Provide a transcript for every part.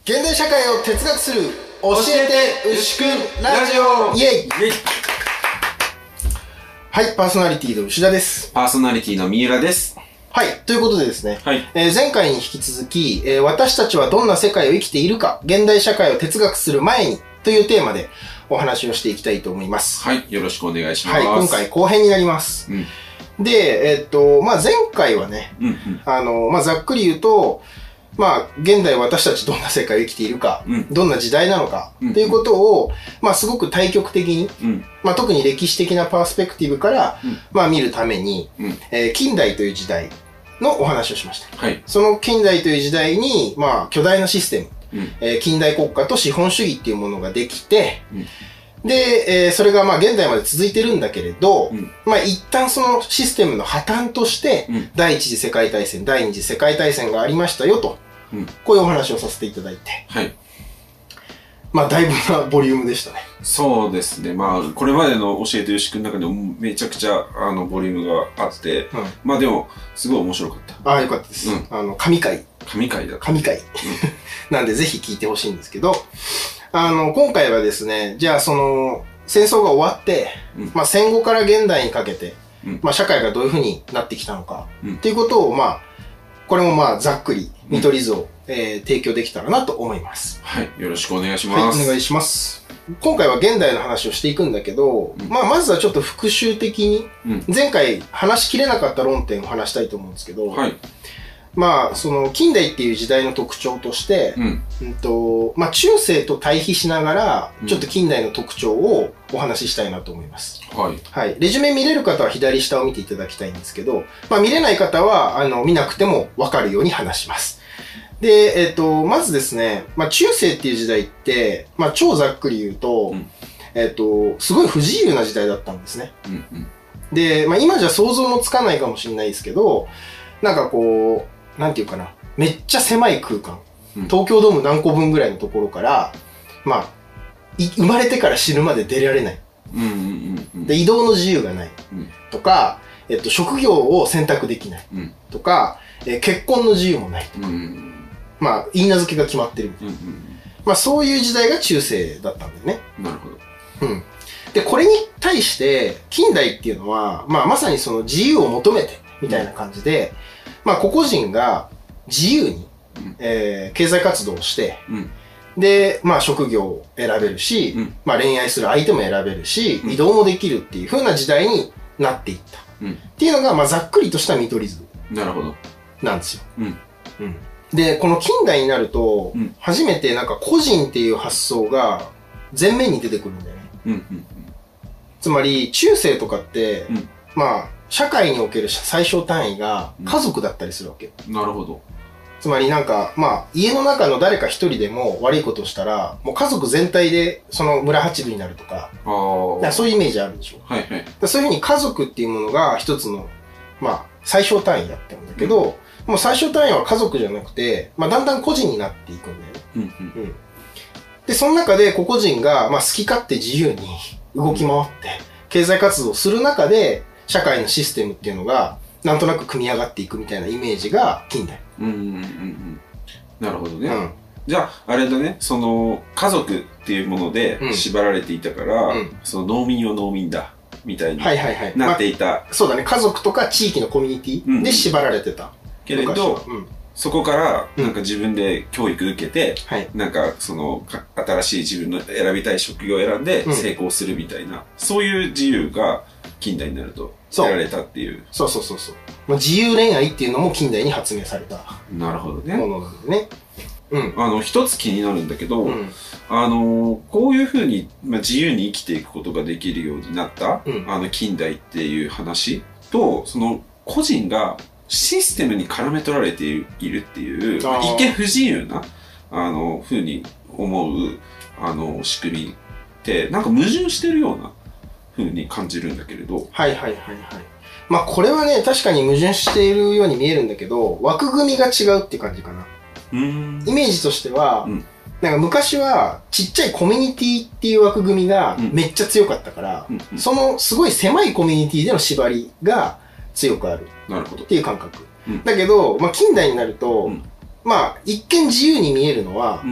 現代社会を哲学する教えて牛くんラジオイエイ。はい、パーソナリティの牛田です。 パーソナリティの三浦です。 はい、ということでですね、前回に引き続き、私たちはどんな世界を生きているか、現代社会を哲学する前にというテーマでお話をしていきたいと思います。 はい、よろしくお願いします。 はい、今回後編になります。で、前回はね、ざっくり言うと、現代私たちどんな世界を生きているか、どんな時代なのか、っていうことを、すごく対極的に、特に歴史的なパースペクティブから、見るために、近代という時代のお話をしました。はい、その近代という時代に、巨大なシステム、近代国家と資本主義っていうものができて、で、それが現代まで続いてるんだけれど、一旦そのシステムの破綻として、第一次世界大戦、第二次世界大戦がありましたよと、こういうお話をさせていただいて。はい。だいぶなボリュームでしたね。 そうですね。これまでの教えてよしくんの中でもめちゃくちゃ、ボリュームがあって、でも、すごい面白かった。 ああ、よかったです。神回。 神回だった。 神回。なんでぜひ聞いてほしいんですけど、今回はですね、じゃあその、戦争が終わって、戦後から現代にかけて、社会がどういう風になってきたのか、っていうことを、これもざっくり見取り図を、提供できたらなと思います。 はい。よろしくお願いします。 はい、お願いします。今回は現代の話をしていくんだけど、まずはちょっと復習的に、前回話しきれなかった論点を話したいと思うんですけど、その近代っていう時代の特徴として、中世と対比しながら、ちょっと近代の特徴をお話ししたいなと思います。はい。レジュメ見れる方は左下を見ていただきたいんですけど、見れない方は、見なくてもわかるように話します。で、まずですね、中世っていう時代って、超ざっくり言うと、すごい不自由な時代だったんですね。で、今じゃ想像もつかないかもしれないですけど、なんかこう、なんていうかな、めっちゃ狭い空間。東京ドーム何個分ぐらいのところから、生まれてから死ぬまで出られない。で、移動の自由がない。とか、職業を選択できない。とか、結婚の自由もないとか。言い名付けが決まってるみたいな。そういう時代が中世だったんだよね。 なるほど。 で、これに対して、近代っていうのは、まさにその自由を求めて、みたいな感じで、個々人が自由に、経済活動をして、で、職業を選べるし、恋愛する相手も選べるし、移動もできるっていう風な時代になっていった。っていうのが、ざっくりとした見取り図。 なるほど。 なんですよ。で、この近代になると、初めてなんか個人っていう発想が前面に出てくるんだよね。つまり、中世とかって、社会における最小単位が家族だったりするわけ。 なるほど。 つまりなんか、家の中の誰か一人でも悪いことをしたら、もう家族全体でその村八分になるとか、そういうイメージあるでしょ。そういうふうに家族っていうものが一つの、最小単位だったんだけど、もう最小単位は家族じゃなくて、だんだん個人になっていくんだよね。で、その中で個々人が、好き勝手自由に動き回って、経済活動をする中で、社会のシステムっていうのが、なんとなく組み上がっていくみたいなイメージが近代。 なるほどね。じゃあ、あれだね、その、家族っていうもので縛られていたから、その農民は農民だ、みたいになっていた。 そうだね、家族とか地域のコミュニティで縛られてた。 けれど、そこから、なんか自分で教育受けて、なんかその、新しい自分の選びたい職業を選んで成功するみたいな、そういう自由が近代になると得られたっていう。 そう。自由恋愛っていうのも近代に発明された。 なるほどね。 ものなんでね。 一つ気になるんだけど、こういうふうに、自由に生きていくことができるようになった、近代っていう話と、その個人がシステムに絡め取られているっていう、一見不自由な、ふうに思う、仕組みって、なんか矛盾してるようなふうに感じるんだけれど。 これはね、確かに矛盾しているように見えるんだけど、枠組みが違うって感じかな。イメージとしては、なんか昔はちっちゃいコミュニティっていう枠組みがめっちゃ強かったから、そのすごい狭いコミュニティでの縛りが強くあるっていう感覚。だけど、近代になると、一見自由に見えるのは、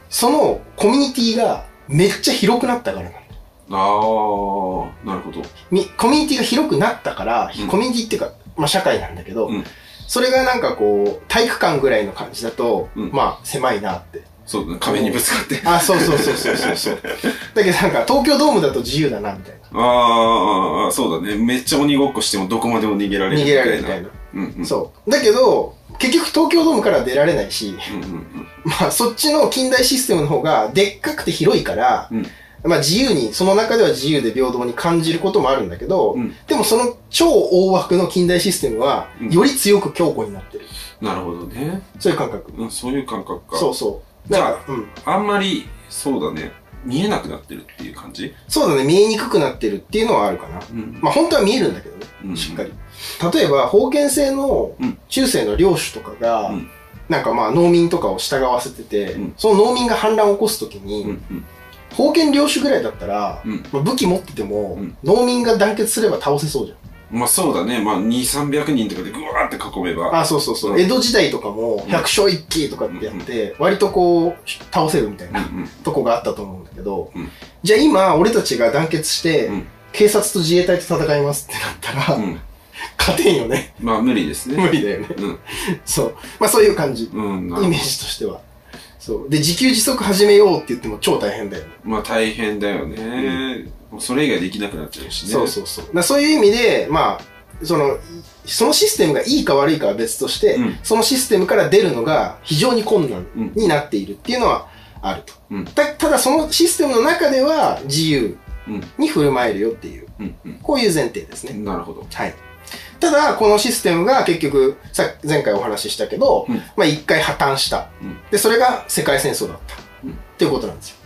そのコミュニティがめっちゃ広くなったからなんだ。 ああ、なるほど。 コミュニティが広くなったから、コミュニティっていうか、まあ社会なんだけど、それがなんかこう、体育館ぐらいの感じだと、まあ狭いなって。 そうだね、壁にぶつかって。 あ、そう。だけどなんか東京ドームだと自由だな、みたいな。 ああ、そうだね。めっちゃ鬼ごっこしてもどこまでも逃げられるみたいな。逃げられるみたいな。 そう。だけど、結局東京ドームから出られないし、まあそっちの近代システムの方がでっかくて広いから、まあ自由に、その中では自由で平等に感じることもあるんだけど、でもその超大枠の近代システムは、より強く強固になってる。 なるほどね。 そういう感覚。 そういう感覚か。 そう。 じゃあ、あんまり、そうだね、見えなくなってるっていう感じ？ そうだね、見えにくくなってるっていうのはあるかな。まあ本当は見えるんだけどね、しっかり。例えば、封建制の中世の領主とかが、なんかまあ農民とかを従わせてて、その農民が反乱を起こすときに、封建領主ぐらいだったら、武器持ってても、農民が団結すれば倒せそうじゃん。 まあそうだね。まあ2、300人とかでぐわーって囲めば。 あ、そう。江戸時代とかも百姓一揆とかってやって、割とこう、倒せるみたいなとこがあったと思うんだけど、じゃあ今、俺たちが団結して、警察と自衛隊と戦いますってなったら、勝てんよね。 まあ無理ですね。 無理だよね。そう。まあそういう感じ。イメージとしては。そう。で、自給自足始めようって言っても超大変だよね。 まあ大変だよね。それ以外できなくなっちゃうしね。 そういう意味で、まあ、そのシステムがいいか悪いかは別として、そのシステムから出るのが非常に困難になっているっていうのはあると。ただそのシステムの中では自由に振る舞えるよっていう、こういう前提ですね。 なるほど。 はい。ただ、このシステムが結局、前回お話ししたけど、まあ一回破綻した。で、それが世界戦争だった。っていうことなんですよ。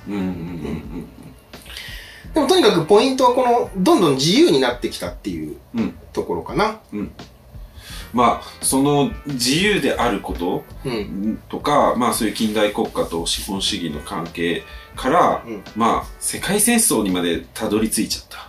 でもとにかくポイントはこの、どんどん自由になってきたっていうところかな。 まあ、その自由であることとか、まあそういう近代国家と資本主義の関係から、まあ世界戦争にまでたどり着いちゃった。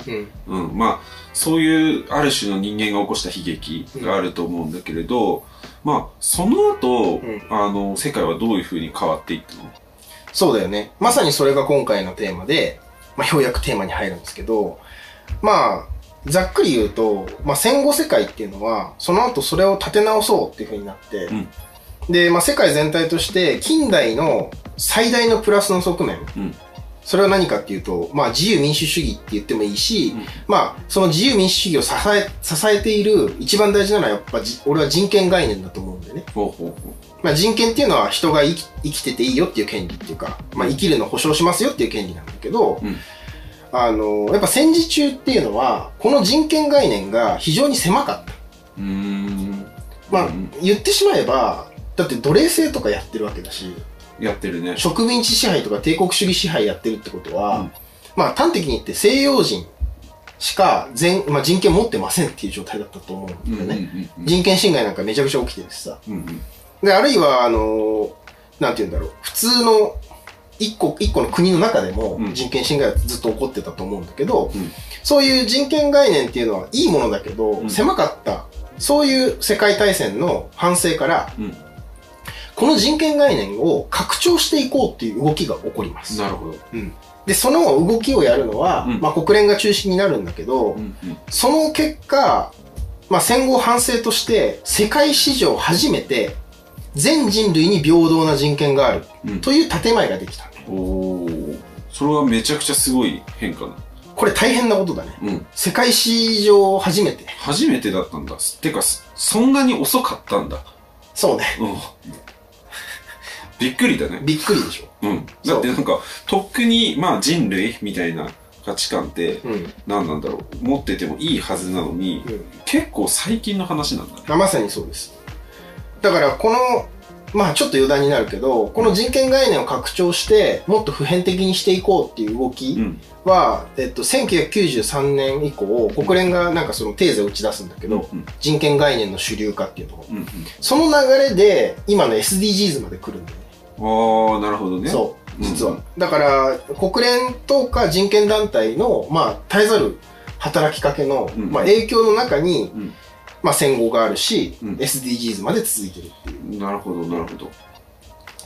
まあそういうある種の人間が起こした悲劇があると思うんだけれど、まあその後、世界はどういうふうに変わっていったの？ そうだよね。まさにそれが今回のテーマで、まあようやくテーマに入るんですけど、まあ、ざっくり言うと、まあ、戦後世界っていうのは、その後それを立て直そうっていう風になって、で、まあ、世界全体として近代の最大のプラスの側面、それは何かっていうと、まあ、自由民主主義って言ってもいいし、まあ、その自由民主主義を支えている一番大事なのはやっぱ俺は人権概念だと思うんでね。まあ、人権っていうのは人が生きてていいよっていう権利っていうか、まあ、生きるのを保障しますよっていう権利なんだけど、やっぱ戦時中っていうのは、この人権概念が非常に狭かった。まあ、言ってしまえば、だって奴隷制とかやってるわけだし、 やってるね。 植民地支配とか帝国主義支配やってるってことは、まあ端的に言って西洋人しかまあ、人権持ってませんっていう状態だったと思うんだよね。人権侵害なんかめちゃくちゃ起きてるしさ。で、あるいは、なんて言うんだろう、普通の一個の国の中でも人権侵害はずっと起こってたと思うんだけど、そういう人権概念っていうのはいいものだけど、狭かった、そういう世界大戦の反省から、この人権概念を拡張していこうっていう動きが起こります。 なるほど。 で、その動きをやるのは、まあ国連が中心になるんだけど、その結果、まあ戦後反省として世界史上初めて全人類に平等な人権があるという建前ができた。 それはめちゃくちゃすごい変化だ。 これ大変なことだね。世界史上初めて。 初めてだったんだ。てか、そんなに遅かったんだ。 そうね。 びっくりだね。 びっくりでしょ。 だってなんか、とっくに、まあ人類みたいな価値観って、何なんだろう、持っててもいいはずなのに、結構最近の話なんだね。 まさにそうです。だからこの、まあちょっと余談になるけど、この人権概念を拡張して、もっと普遍的にしていこうっていう動きは、1993年以降、国連がなんかそのテーゼを打ち出すんだけど、人権概念の主流化っていうところ。その流れで、今の SDGs まで来るんだよね。 ああ、なるほどね。 そう、実は。だから、国連とか人権団体の、まあ、絶えざる働きかけの、まあ、影響の中に、まあ、戦後があるし、SDGs まで続いてるっていう。 なるほど、なるほど。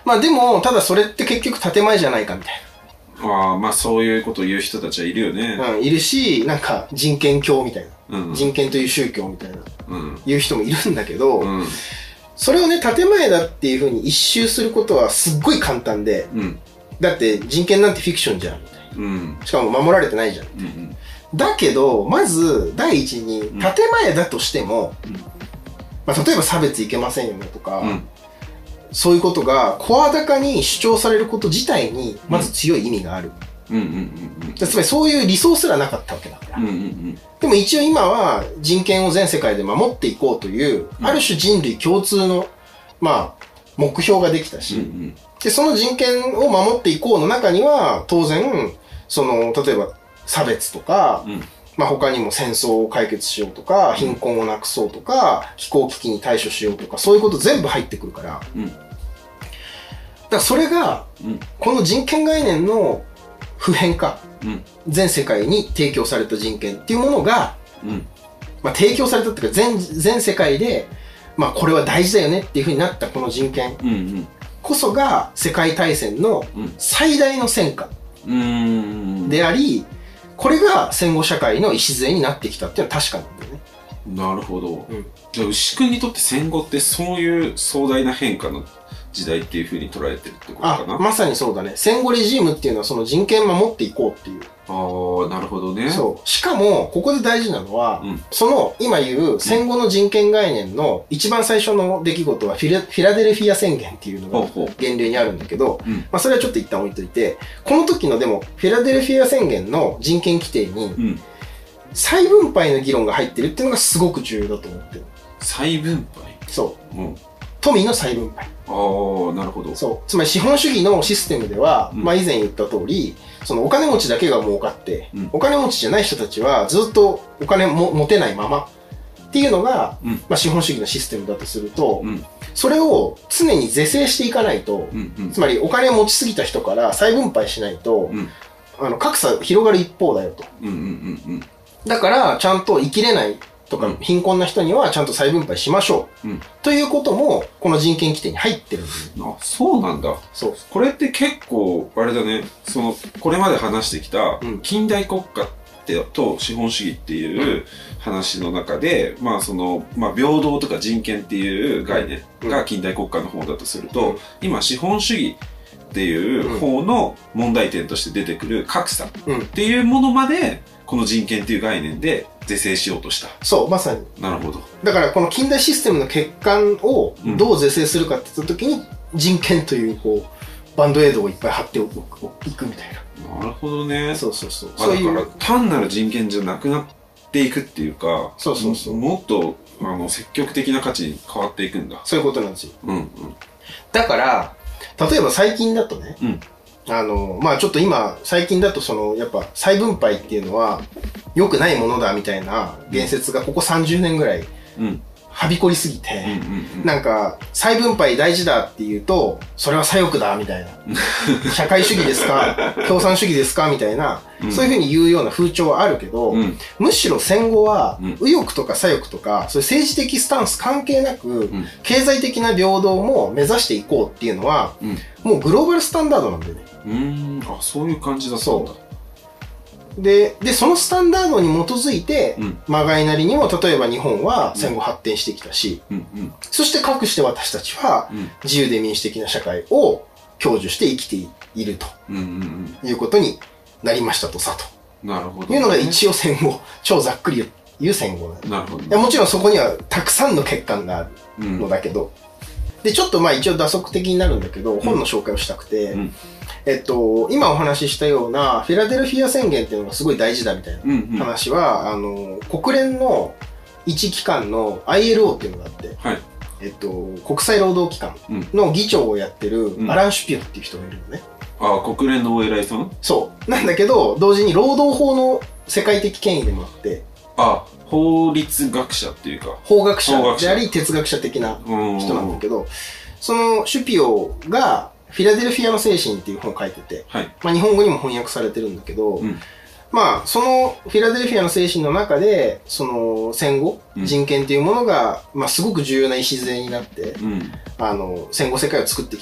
まあでも、ただそれって結局建前じゃないかみたいな。ああ、まあそういうことを言う人たちはいるよね。 うん、いるし、なんか人権教みたいな。うん、人権という宗教みたいな。うん、いう人もいるんだけど、うん、それをね、建前だっていうふうに一周することはすっごい簡単で、うん、だって人権なんてフィクションじゃん、みたいな。うん、しかも守られてないじゃん、みたいな。うんうん、だけど、まず、第一に、建前だとしても、うん、まあ、例えば差別いけませんよねとか、うん、そういうことが声高に主張されること自体に、まず強い意味がある。つまりそういう理想すらなかったわけだから。でも一応今は人権を全世界で守っていこうという、ある種人類共通の、まあ、目標ができたし、で、その人権を守っていこうの中には、当然、その、例えば差別とか、まあ他にも戦争を解決しようとか、貧困をなくそうとか、気候危機に対処しようとか、そういうこと全部入ってくるから。だからそれが、この人権概念の普遍化、全世界に提供された人権っていうものが、まあ提供されたっていうか全世界で、まあこれは大事だよねっていうふうになったこの人権こそが世界大戦の最大の戦果であり、これが戦後社会の礎になってきたっていうのは確かなんだよね。 なるほど。じゃあ牛久にとって戦後ってそういう壮大な変化の時代っていう風に捉えてるってことかな。 まさにそうだね。戦後レジームっていうのはその人権守っていこうっていう。 ああ、なるほどね。 そう。しかも、ここで大事なのは、その今言う戦後の人権概念の一番最初の出来事はフィラデルフィア宣言っていうのが源流にあるんだけど、まあそれはちょっと一旦置いといて、この時のでもフィラデルフィア宣言の人権規定に、再分配の議論が入ってるっていうのがすごく重要だと思ってる。 再分配？ そう。富の再分配。 ああ、なるほど。 そう。つまり資本主義のシステムでは、まあ以前言った通り、そのお金持ちだけが儲かって、お金持ちじゃない人たちはずっとお金も持てないままっていうのが、まあ資本主義のシステムだとすると、それを常に是正していかないと、つまりお金を持ちすぎた人から再分配しないと、格差広がる一方だよと。だから、ちゃんと生きれないとか、貧困な人にはちゃんと再分配しましょう。ということも、この人権規定に入ってるんですよ。あ、そうなんだ。そう。これって結構、あれだね、これまで話してきた、近代国家と資本主義っていう話の中で、まあまあ平等とか人権っていう概念が近代国家の方だとすると、今資本主義っていう方の問題点として出てくる格差っていうものまで、この人権っていう概念で是正しようとした。 そう、まさに。 なるほど。 だからこの近代システムの欠陥をどう是正するかって言った時に、人権というこう、バンドエイドをいっぱい貼っていくみたいな。なるほどね。 そうそうそう。 だから単なる人権じゃなくなっていくっていうか、 そうそうそう。 もっと積極的な価値に変わっていくんだ。 そういうことなんですよ。だから、例えば最近だとね、まあちょっと今、最近だとやっぱ再分配っていうのは良くないものだみたいな言説がここ30年ぐらいはびこりすぎて、なんか再分配大事だって言うと、それは左翼だみたいな。社会主義ですか共産主義ですかみたいな、そういうふうに言うような風潮はあるけど、むしろ戦後は右翼とか左翼とか、そういう政治的スタンス関係なく、経済的な平等も目指していこうっていうのは、もうグローバルスタンダードなんだよね。 あ、そういう感じだったんだ。 で、そのスタンダードに基づいて、まがいなりにも、例えば日本は戦後発展してきたし、そしてかくして私たちは、自由で民主的な社会を享受して生きていると、いうことになりましたとさと。 なるほど。 いうのが一応戦後、超ざっくり言う戦後なるほど。 いやもちろんそこにはたくさんの欠陥があるのだけど、で、ちょっとまあ一応打足的になるんだけど、本の紹介をしたくて、今お話ししたようなフィラデルフィア宣言っていうのがすごい大事だみたいな話は、国連の一機関の ILO っていうのがあって、国際労働機関の議長をやってるアラン・シュピオっていう人がいるのね。 ああ、国連のお偉いさん？ そう。なんだけど、同時に労働法の世界的権威でもあって、 法律学者っていうか。 法学者であり哲学者的な人なんだけど、そのシュピオがフィラデルフィアの精神っていう本を書いてて、まあ日本語にも翻訳されてるんだけど、まあそのフィラデルフィアの精神の中で、その戦後、人権っていうものが、まあすごく重要な礎になって、戦後世界を作ってきたと。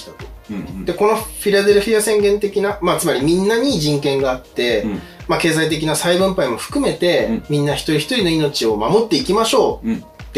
で、このフィラデルフィア宣言的な、つまりみんなに人権があって、経済的な再分配も含めて、みんな一人一人の命を守っていきましょうって、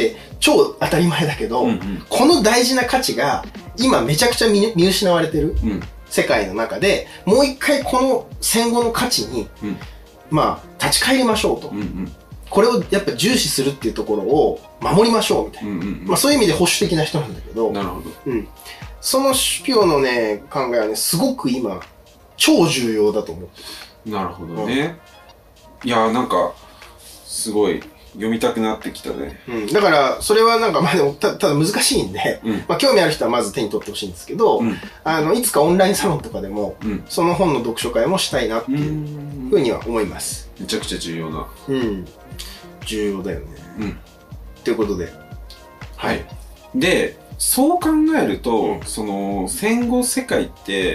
超当たり前だけど、この大事な価値が今めちゃくちゃ見失われてる世界の中で、もう一回この戦後の価値に、立ち返りましょうと。これをやっぱ重視するっていうところを守りましょうみたいな。そういう意味で保守的な人なんだけど、 なるほど。 そのシュピオのね、考えはね、すごく今、超重要だと思う。 なるほどね。いや、なんか、すごい、読みたくなってきたね。 だから、それはなんか、でもただ難しいんで、興味ある人はまず手に取ってほしいんですけど、いつかオンラインサロンとかでも、その本の読書会もしたいなっていうふうには思います。 めちゃくちゃ重要な。 重要だよね。ということで。 はい。で、そう考えると、その、戦後世界って、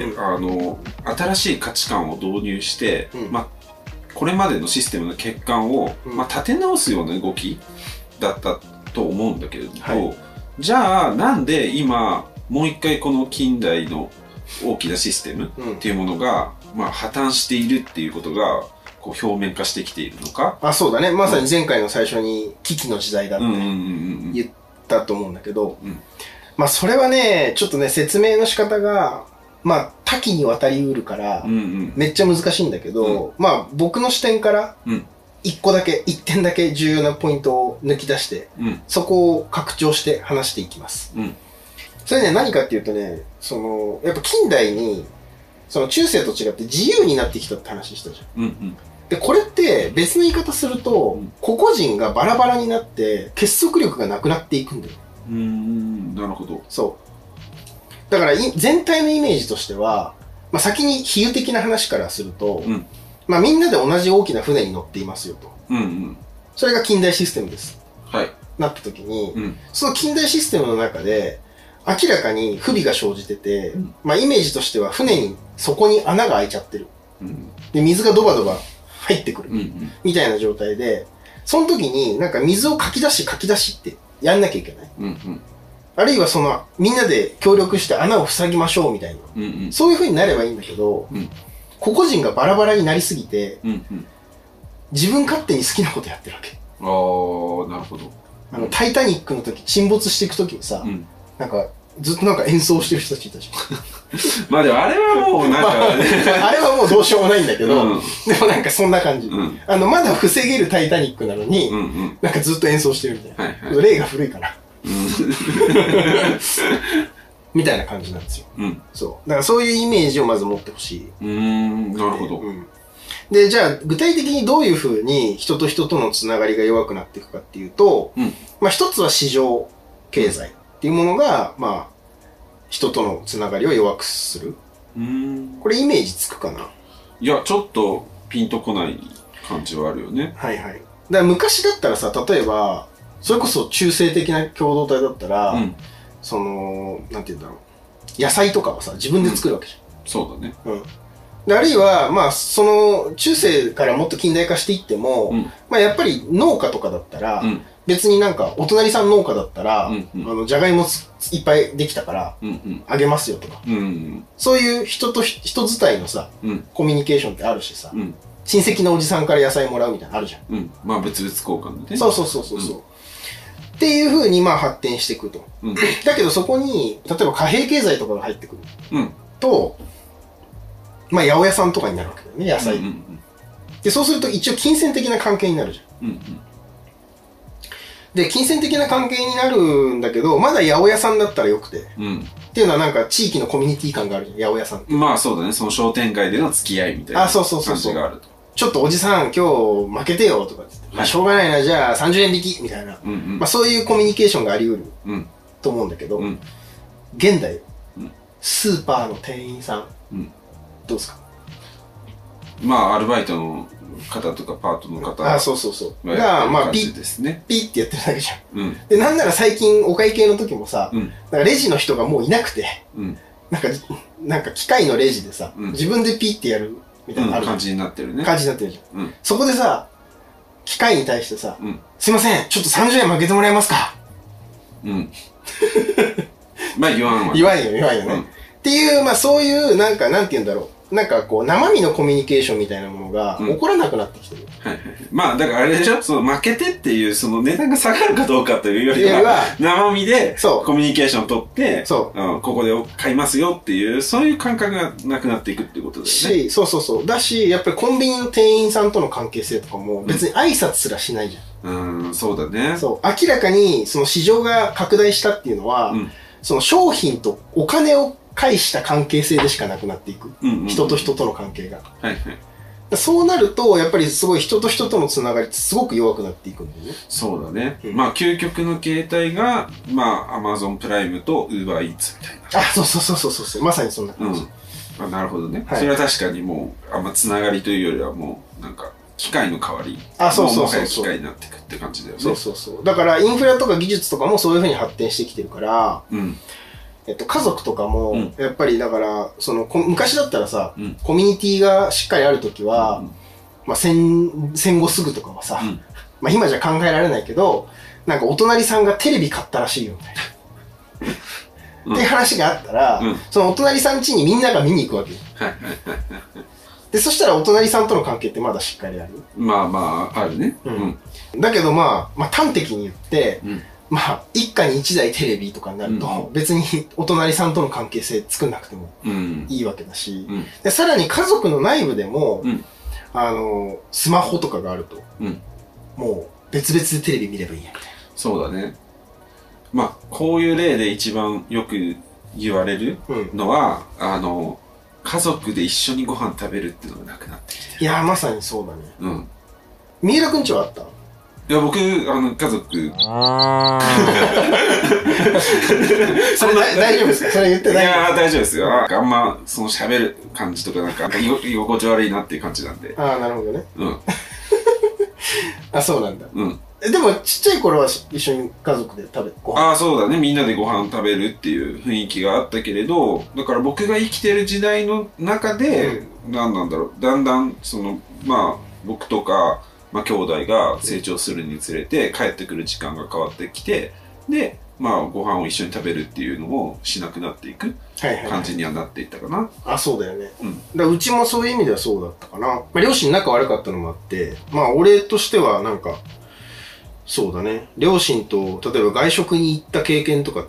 新しい価値観を導入して、これまでのシステムの欠陥を、立て直すような動きだったと思うんだけれども、じゃあ、なんで今、もう一回この近代の大きなシステムっていうものが、破綻しているっていうことが、こう表面化してきているのか。 そうだね。まさに前回の最初に危機の時代だって言ったと思うんだけど、それはね、ちょっとね、説明の仕方が、多岐にわたりうるから、めっちゃ難しいんだけど、僕の視点から、一点だけ重要なポイントを抜き出して、そこを拡張して話していきます。それね、何かっていうとね、やっぱ近代に、中世と違って自由になってきたって話したじゃん。で、これって別の言い方すると、個々人がバラバラになって結束力がなくなっていくんだよ。 なるほど。 そう。だから全体のイメージとしては、先に比喩的な話からすると、みんなで同じ大きな船に乗っていますよと。それが近代システムです。なった時に、その近代システムの中で、明らかに不備が生じてて、イメージとしては船に、そこに穴が開いちゃってる。で、水がドバドバ入ってくる。みたいな状態で、その時になんか水をかき出しってやんなきゃいけない。あるいはみんなで協力して穴を塞ぎましょうみたいな。そういう風になればいいんだけど、個々人がバラバラになりすぎて、自分勝手に好きなことやってるわけ。 なるほど。 タイタニックの時、沈没していく時にさ、なんか、ずっとなんか演奏してる人たちいたじゃん。でもあれはもうなんか、 あれはもうどうしようもないんだけど、でもなんかそんな感じ。まだ防げるタイタニックなのに、なんかずっと演奏してるみたいな。例が古いから。みたいな感じなんですよ。そう。だからそういうイメージをまず持ってほしい。 なるほど。 で、じゃあ具体的にどういうふうに人と人とのつながりが弱くなっていくかっていうと、一つは市場経済っていうものが、人とのつながりを弱くする。これイメージつくかな？ いや、ちょっとピンとこない感じはあるよね。 だから昔だったらさ、例えば、それこそ中性的な共同体だったら、なんて言うんだろう。野菜とかはさ、自分で作るわけじゃん。 そうだね。 であるいは、中世からもっと近代化していっても、やっぱり農家とかだったら、別になんか、お隣さん農家だったら、じゃがいもいっぱいできたから、あげますよとか。そういう人と人伝いのさ、コミュニケーションってあるしさ、親戚のおじさんから野菜もらうみたいなのあるじゃん。 物々交換でね。 そう。っていう風に発展していくと。だけどそこに、例えば貨幣経済とかが入ってくる。と、八百屋さんとかになるわけだよね、野菜。で、そうすると一応金銭的な関係になるじゃん。で、金銭的な関係になるんだけど、まだ八百屋さんだったらよくて。っていうのはなんか地域のコミュニティ感があるじゃん、八百屋さんって。 そうだね、その商店街での付き合いみたいな感じがあると。 ちょっとおじさん今日負けてよとかって言って、しょうがないな、じゃあ30円引きみたいな。そういうコミュニケーションがあり得ると思うんだけど、現代、スーパーの店員さん、どうですか？ アルバイトの方とかパートの方が、ピッってやってるだけじゃん。で、なんなら最近お会計の時もさ、なんかレジの人がもういなくて、なんか機械のレジでさ、自分でピッってやるみたいな感じになってるね。 感じになってるじゃん。そこでさ、機械に対してさ、すいません、ちょっと30円負けてもらえますか？ 言わんわ。 言わんよね。 っていう、まあそういう、なんか、なんて言うんだろう。なんかこう、生身のコミュニケーションみたいなものが起こらなくなってきてる。 はいはい。まあ、だからあれでしょ、その負けてっていう、その値段が下がるかどうかというよりは、生身でコミュニケーションを取って、そう。ここで買いますよっていう、そういう感覚がなくなっていくっていうことだよね。 そうそうそう。だし、やっぱりコンビニの店員さんとの関係性とかも別に挨拶すらしないじゃん。そうだね。 そう。明らかにその市場が拡大したっていうのは、その商品とお金を介した関係性でしかなくなっていく。人と人との関係が。 はいはい。 そうなると、やっぱりすごい人と人とのつながりってすごく弱くなっていくんだよね。 そうだね。まあ、究極の形態が、まあ、Amazon プライムと Uber Eats みたいな。 そう。まさにそんな感じ。 なるほどね。それは確かにもう、あんまつながりというよりはもう、なんか、機械の代わり。 そう。 機械になっていくって感じだよね。 そう。だから、インフラとか技術とかもそういう風に発展してきてるから、家族とかも、やっぱりだから、その、昔だったらさ、コミュニティがしっかりあるときは、まあ、戦後すぐとかはさ、まあ今じゃ考えられないけど、なんかお隣さんがテレビ買ったらしいよ、みたいな。って話があったら、そのお隣さん家にみんなが見に行くわけよ。で、そしたらお隣さんとの関係ってまだしっかりある。 まあまあ、あるね。 だけどまあ端的に言って、まあ、一家に一台テレビとかになると、別にお隣さんとの関係性作んなくてもいいわけだし、でさらに家族の内部でも、スマホとかがあると、もう別々でテレビ見ればいいやみたいな。 そうだね。まあ、こういう例で一番よく言われるのは、家族で一緒にご飯食べるっていうのがなくなってきてる。 いや、まさにそうだね。三浦くんちはあった？ いや、僕、家族。それ大丈夫ですか？それ言ってない？ いや、大丈夫ですよ。あんま、その喋る感じとかなんか、居心地悪いなっていう感じなんで。 なるほどね。そうなんだ。でも、ちっちゃい頃は一緒に家族でご飯。 そうだね。みんなでご飯食べるっていう雰囲気があったけれど、だから僕が生きてる時代の中で、何なんだろう。だんだん、まあ、僕とか、まあ、兄弟が成長するにつれて帰ってくる時間が変わってきて、で、まあ、ご飯を一緒に食べるっていうのをしなくなっていく感じにはなっていったかな。 そうだよね。うちもそういう意味ではそうだったかな。まあ、両親仲悪かったのもあって、まあ、俺としてはなんか、そうだね。両親と、例えば外食に行った経験とかって、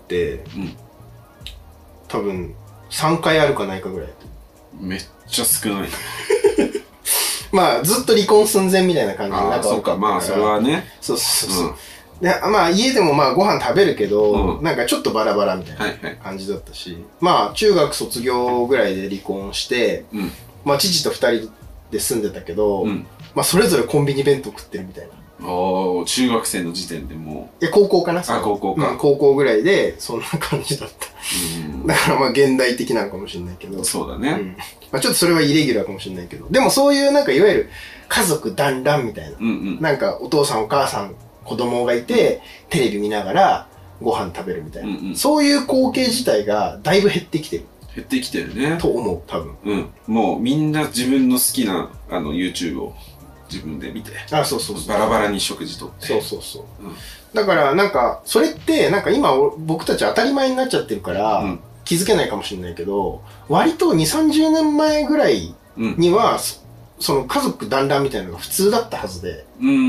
多分、3回あるかないかぐらい。 めっちゃ少ない。 まあ、ずっと離婚寸前みたいな感じになったから。 そうか、まあ、それはね。 そう。で、まあ、家でもまあ、ご飯食べるけど、なんかちょっとバラバラみたいな感じだったし、まあ、中学卒業ぐらいで離婚して、まあ、父と2人で住んでたけど、まあ、それぞれコンビニ弁当食ってるみたいな。 中学生の時点でもう。高校かな？ 高校か。 高校ぐらいで、そんな感じだった。だからまあ、現代的なのかもしれないけど。 そうだね。 まあ、ちょっとそれはイレギュラーかもしれないけど。でもそういうなんかいわゆる家族団らんみたいな。なんかお父さんお母さん子供がいて、テレビ見ながらご飯食べるみたいな。そういう光景自体がだいぶ減ってきてる。 減ってきてるね。 と思う、多分。 もうみんな自分の好きなYouTube を自分で見て。 そう。 バラバラに食事とって。 そう。だからなんか、それってなんか今僕たち当たり前になっちゃってるから、気づけないかもしれないけど、割と2、30年前ぐらいには、その家族団らんみたいなのが普通だったはずで、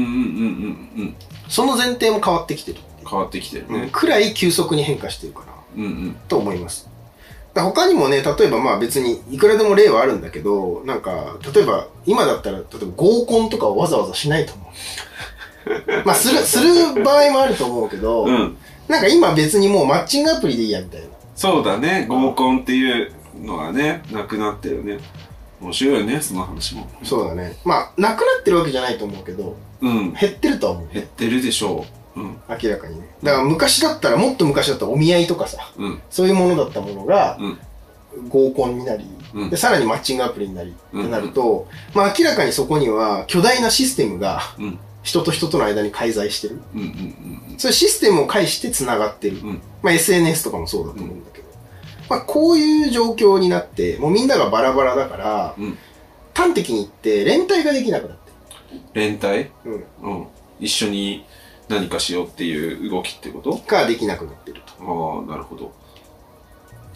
その前提も変わってきてる。 変わってきてるね。 くらい急速に変化してるかな、と思います。他にもね、例えばまあ別にいくらでも例はあるんだけど、なんか、例えば今だったら、例えば合コンとかをわざわざしないと思う。まあする場合もあると思うけど、なんか今別にもうマッチングアプリでいいやみたいな。 そうだね。合コンっていうのはね、なくなってるね。面白いよね、その話も。 そうだね。まあ、なくなってるわけじゃないと思うけど、減ってるとは思う、ね。 減ってるでしょう。 明らかにね。だから昔だったら、もっと昔だったらお見合いとかさ、そういうものだったものが、合コンになり、で、さらにマッチングアプリになり、ってなると、まあ明らかにそこには巨大なシステムが、人と人との間に介在してる。そういうシステムを介して繋がってる。まあ SNS とかもそうだと思うんだけど。まあこういう状況になって、もうみんながバラバラだから、端的に言って連帯ができなくなってる。 連帯？一緒に何かしようっていう動きってこと？ ができなくなってると。 なるほど。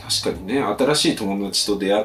確かにね、新しい友達と出会って、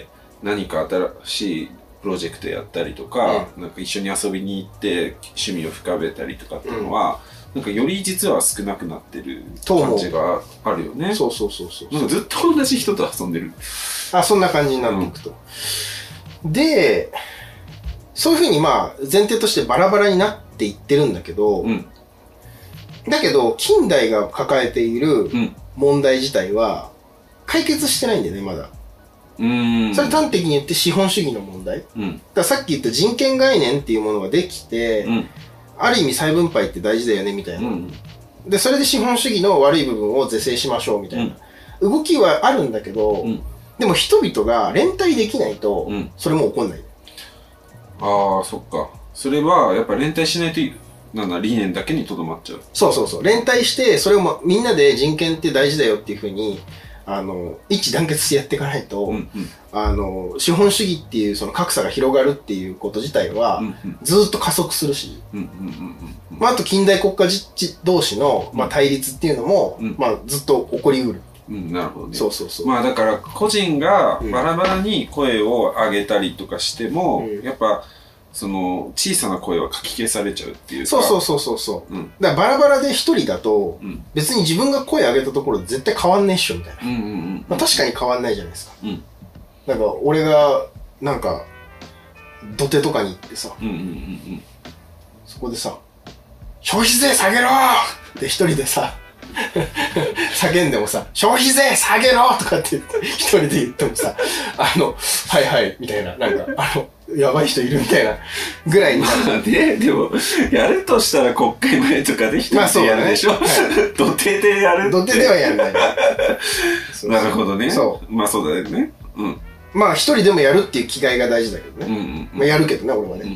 何か新しいプロジェクトやったりとか、なんか一緒に遊びに行って趣味を深めたりとかっていうのは、なんかより実は少なくなってる感じがあるよね。 そう。 なんかずっと同じ人と遊んでる。 そんな感じになっていくと。で、そういうふうにまあ前提としてバラバラになっていってるんだけど、だけど近代が抱えている問題自体は解決してないんだよね、まだ。それ端的に言って資本主義の問題。だからさっき言った人権概念っていうものができて、ある意味再分配って大事だよねみたいな。で、それで資本主義の悪い部分を是正しましょうみたいな動きはあるんだけど、でも人々が連帯できないと、それも起こんない。 ああ、そっか。それはやっぱ連帯しないと理念だけにとどまっちゃう。 そう。連帯して、それをみんなで人権って大事だよっていうふうに、一致団結してやっていかないと、資本主義っていうその格差が広がるっていうこと自体は、ずっと加速するし、あと近代国家同士の、対立っていうのも、ずっと起こりうる。 なるほどね。 そう。 まあだから個人がバラバラに声を上げたりとかしても、やっぱ、その小さな声はかき消されちゃうっていうか。 そう。だからバラバラで一人だと、別に自分が声上げたところで絶対変わんねえっしょみたいな。確かに変わんないじゃないですか。なんか俺がなんか土手とかに行ってさ、そこでさ、消費税下げろって一人でさ叫んでもさ、消費税下げろとかって言って一人で言ってもさ、はいみたいな、なんかやばい人いるみたいなぐらいになる。 でもやるとしたら国会前とかで一人でやるでしょ。土手でやる。 土手ではやんない。 なるほどね。まあそうだよね。 まあ一人でもやるっていう気概が大事だけどね。やるけどね、俺はね。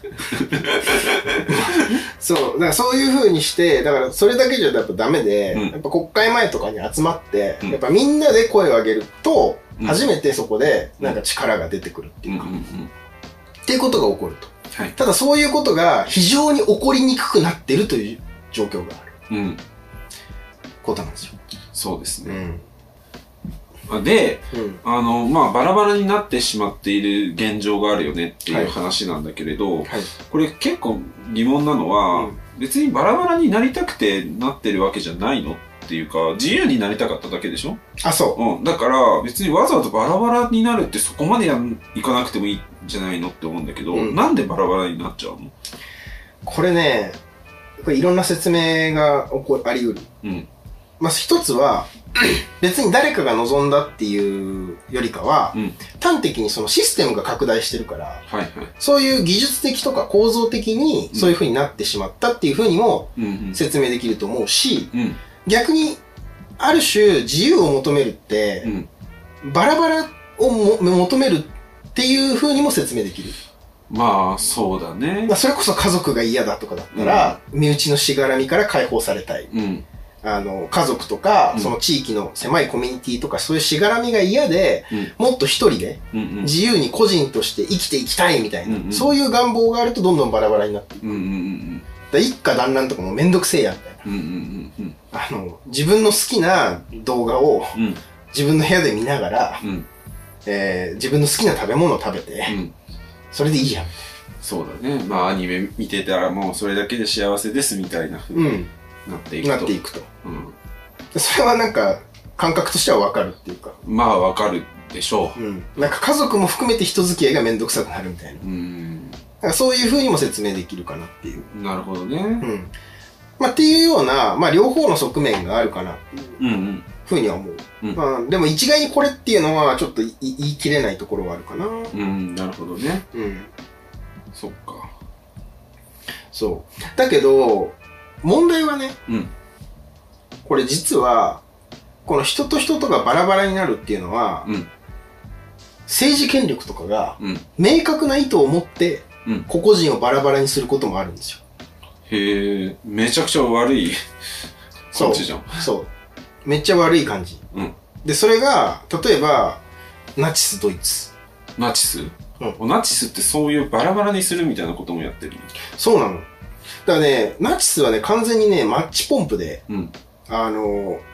そうだからそういう風にして、だからそれだけじゃやっぱダメで、やっぱ国会前とかに集まって、やっぱみんなで声を上げると、初めてそこでなんか力が出てくるっていうか、っていうことが起こると。ただそういうことが非常に起こりにくくなってるという状況がある。ことなんですよ。 そうですね。で、まあバラバラになってしまっている現状があるよねっていう話なんだけれど、これ結構疑問なのは、別にバラバラになりたくてなってるわけじゃないのっていうか、自由になりたかっただけでしょ。だから別にわざわざバラバラになるってそこまでいかなくてもいいんじゃないのって思うんだけど、なんでバラバラになっちゃうの？ これね、いろんな説明があり得る。まず一つは、別に誰かが望んだっていうよりかは、端的にそのシステムが拡大してるから、そういう技術的とか構造的にそういう風になってしまったっていう風にも説明できると思うし、逆にある種自由を求めるって、バラバラを求めるっていう風にも説明できる。 まあそうだね。 それこそ家族が嫌だとかだったら、身内のしがらみから解放されたい。家族とか、その地域の狭いコミュニティとか、そういうしがらみが嫌で、もっと一人で、自由に個人として生きていきたいみたいな、そういう願望があるとどんどんバラバラになっていく。一家団らんとかもめんどくせえや、みたいな。自分の好きな動画を、自分の部屋で見ながら、自分の好きな食べ物を食べて、それでいいやん。 そうだね。まあアニメ見てたらもうそれだけで幸せですみたいな風になっていくと。それはなんか感覚としては分かるっていうか。 まあ分かるでしょう。なんか家族も含めて人付き合いがめんどくさくなるみたいな。なんかそういう風にも説明できるかなっていう。 なるほどね。 まあっていうような、まあ両方の側面があるかなっていうふうには思う。まあでも一概にこれっていうのはちょっと言い切れないところはあるかな。 なるほどね。そっか。 そう。だけど、問題はね、これ実は、この人と人とがバラバラになるっていうのは、政治権力とかが、明確な意図を持って、個々人をバラバラにすることもあるんですよ。 へえ、めちゃくちゃ悪い感じじゃん。 そう。めっちゃ悪い感じ。で、それが、例えば、ナチスドイツ。 ナチス？ナチスってそういうバラバラにするみたいなこともやってるの？ そうなの。だからね、ナチスはね、完全にね、マッチポンプで、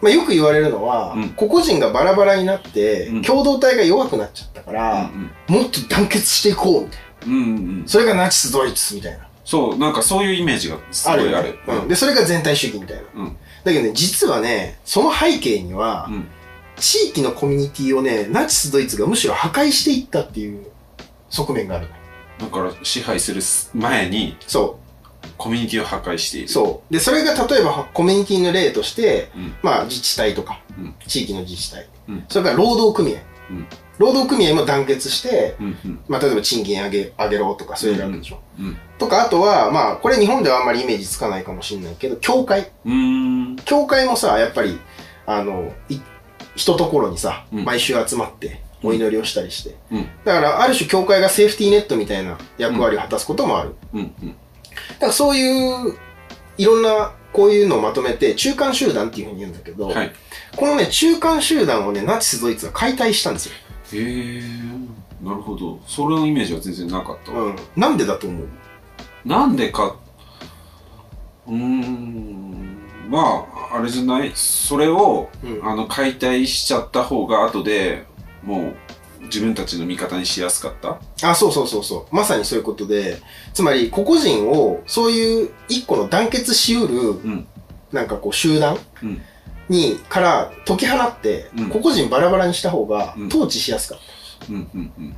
まあよく言われるのは、個々人がバラバラになって、共同体が弱くなっちゃったから、もっと団結していこうみたいな。それがナチスドイツみたいな。 そう、なんかそういうイメージがすごいある。 で、それが全体主義みたいな。だけどね、実はね、その背景には、地域のコミュニティをね、ナチスドイツがむしろ破壊していったっていう側面がある。 だから支配する前に、そう。コミュニティを破壊している。 そう。で、それが例えばコミュニティの例として、まあ自治体とか、地域の自治体。それから労働組合。労働組合も団結して、まあ例えば賃金上げろとかそういうのあるでしょ。とか、あとは、まあこれ日本ではあんまりイメージつかないかもしれないけど、教会。教会もさ、やっぱり、一ところにさ、毎週集まってお祈りをしたりして。だから、ある種教会がセーフティーネットみたいな役割を果たすこともある。だからそういう、いろんな、こういうのをまとめて、中間集団っていうふうに言うんだけど、はい、このね、中間集団をね、ナチスドイツは解体したんですよ。 へー、なるほど。それのイメージは全然なかった。 なんでだと思う？ なんでか、まあ、あれじゃない？それを、解体しちゃった方が、後で、もう、自分たちの味方にしやすかった？ あ、そう。まさにそういうことで、つまり個々人をそういう一個の団結しうる、なんかこう集団にから解き放って、個々人バラバラにした方が統治しやすかった。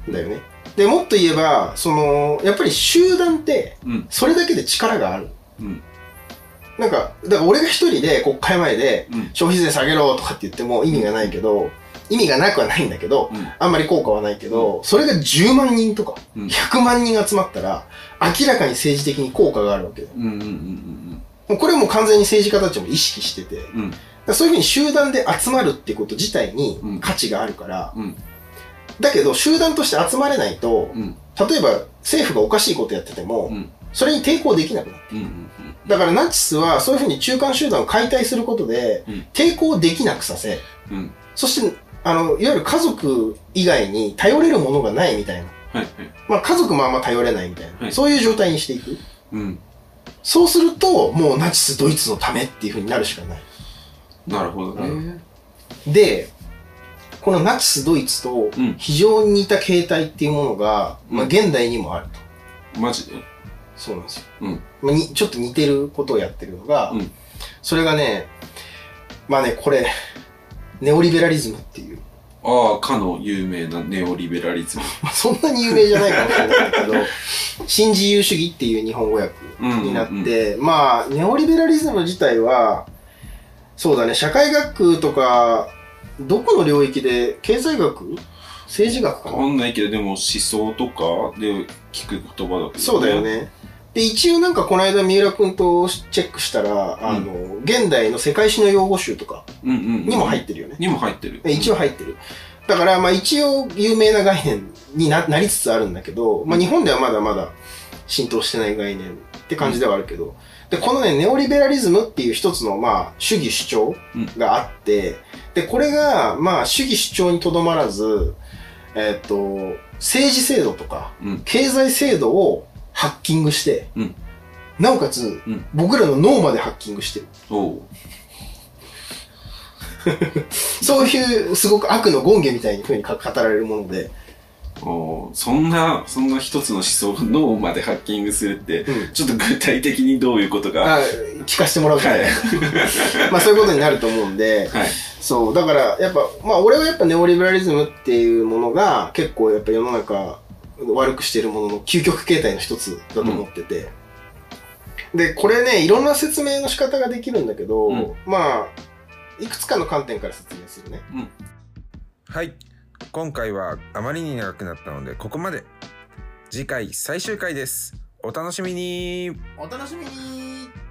だよね。で、もっと言えば、やっぱり集団って、それだけで力がある。なんか、だから俺が一人で国会前で消費税下げろとかって言っても意味がないけど、意味がなくはないんだけど、あんまり効果はないけど、それが10万人とか、100万人集まったら、明らかに政治的に効果があるわけだよ。これも完全に政治家たちも意識してて、そういうふうに集団で集まるってこと自体に価値があるから、だけど集団として集まれないと、例えば政府がおかしいことやってても、それに抵抗できなくなって。だからナチスはそういうふうに中間集団を解体することで、抵抗できなくさせ、そして、いわゆる家族以外に頼れるものがないみたいな。まあ家族もあんま頼れないみたいな。そういう状態にしていく。そうすると、もうナチスドイツのためっていう風になるしかない。 なるほどね。 で、このナチスドイツと非常に似た形態っていうものが、まあ現代にもあると。マジで？ そうなんですよ。まあちょっと似てることをやってるのが、それがね、まあね、これ、ネオリベラリズムっていう。 ああ、かの有名なネオリベラリズム。 そんなに有名じゃないかもしれないけど、新自由主義っていう日本語訳になって、まあ、ネオリベラリズム自体は、そうだね、社会学とか、どこの領域で、経済学？政治学かな？ わかんないけど、でも思想とかで聞く言葉だけどね。 そうだよね。で、一応なんかこの間三浦くんとチェックしたら、現代の世界史の用語集とかにも入ってるよね。 にも入ってる。 一応入ってる。だから、まあ一応有名な概念になりつつあるんだけど、まあ日本ではまだまだ浸透してない概念って感じではあるけど、で、このね、ネオリベラリズムっていう一つの、まあ、主義主張があって、で、これが、まあ、主義主張にとどまらず、政治制度とか、経済制度をハッキングして、なおかつ、僕らの脳までハッキングしてる。そういうすごく悪の権化みたいに風に語られるもので、 そんな一つの思想を脳までハッキングするって、ちょっと具体的にどういうことか聞かせてもらうとね、まあそういうことになると思うんで、そう、だからやっぱ、まあ俺はやっぱネオリベラリズムっていうものが結構やっぱ世の中悪くしているものの究極形態の一つだと思ってて、で、これね、いろんな説明の仕方ができるんだけど、まあ、いくつかの観点から説明するね。 はい。今回はあまりに長くなったのでここまで。次回最終回です。お楽しみに。 お楽しみに。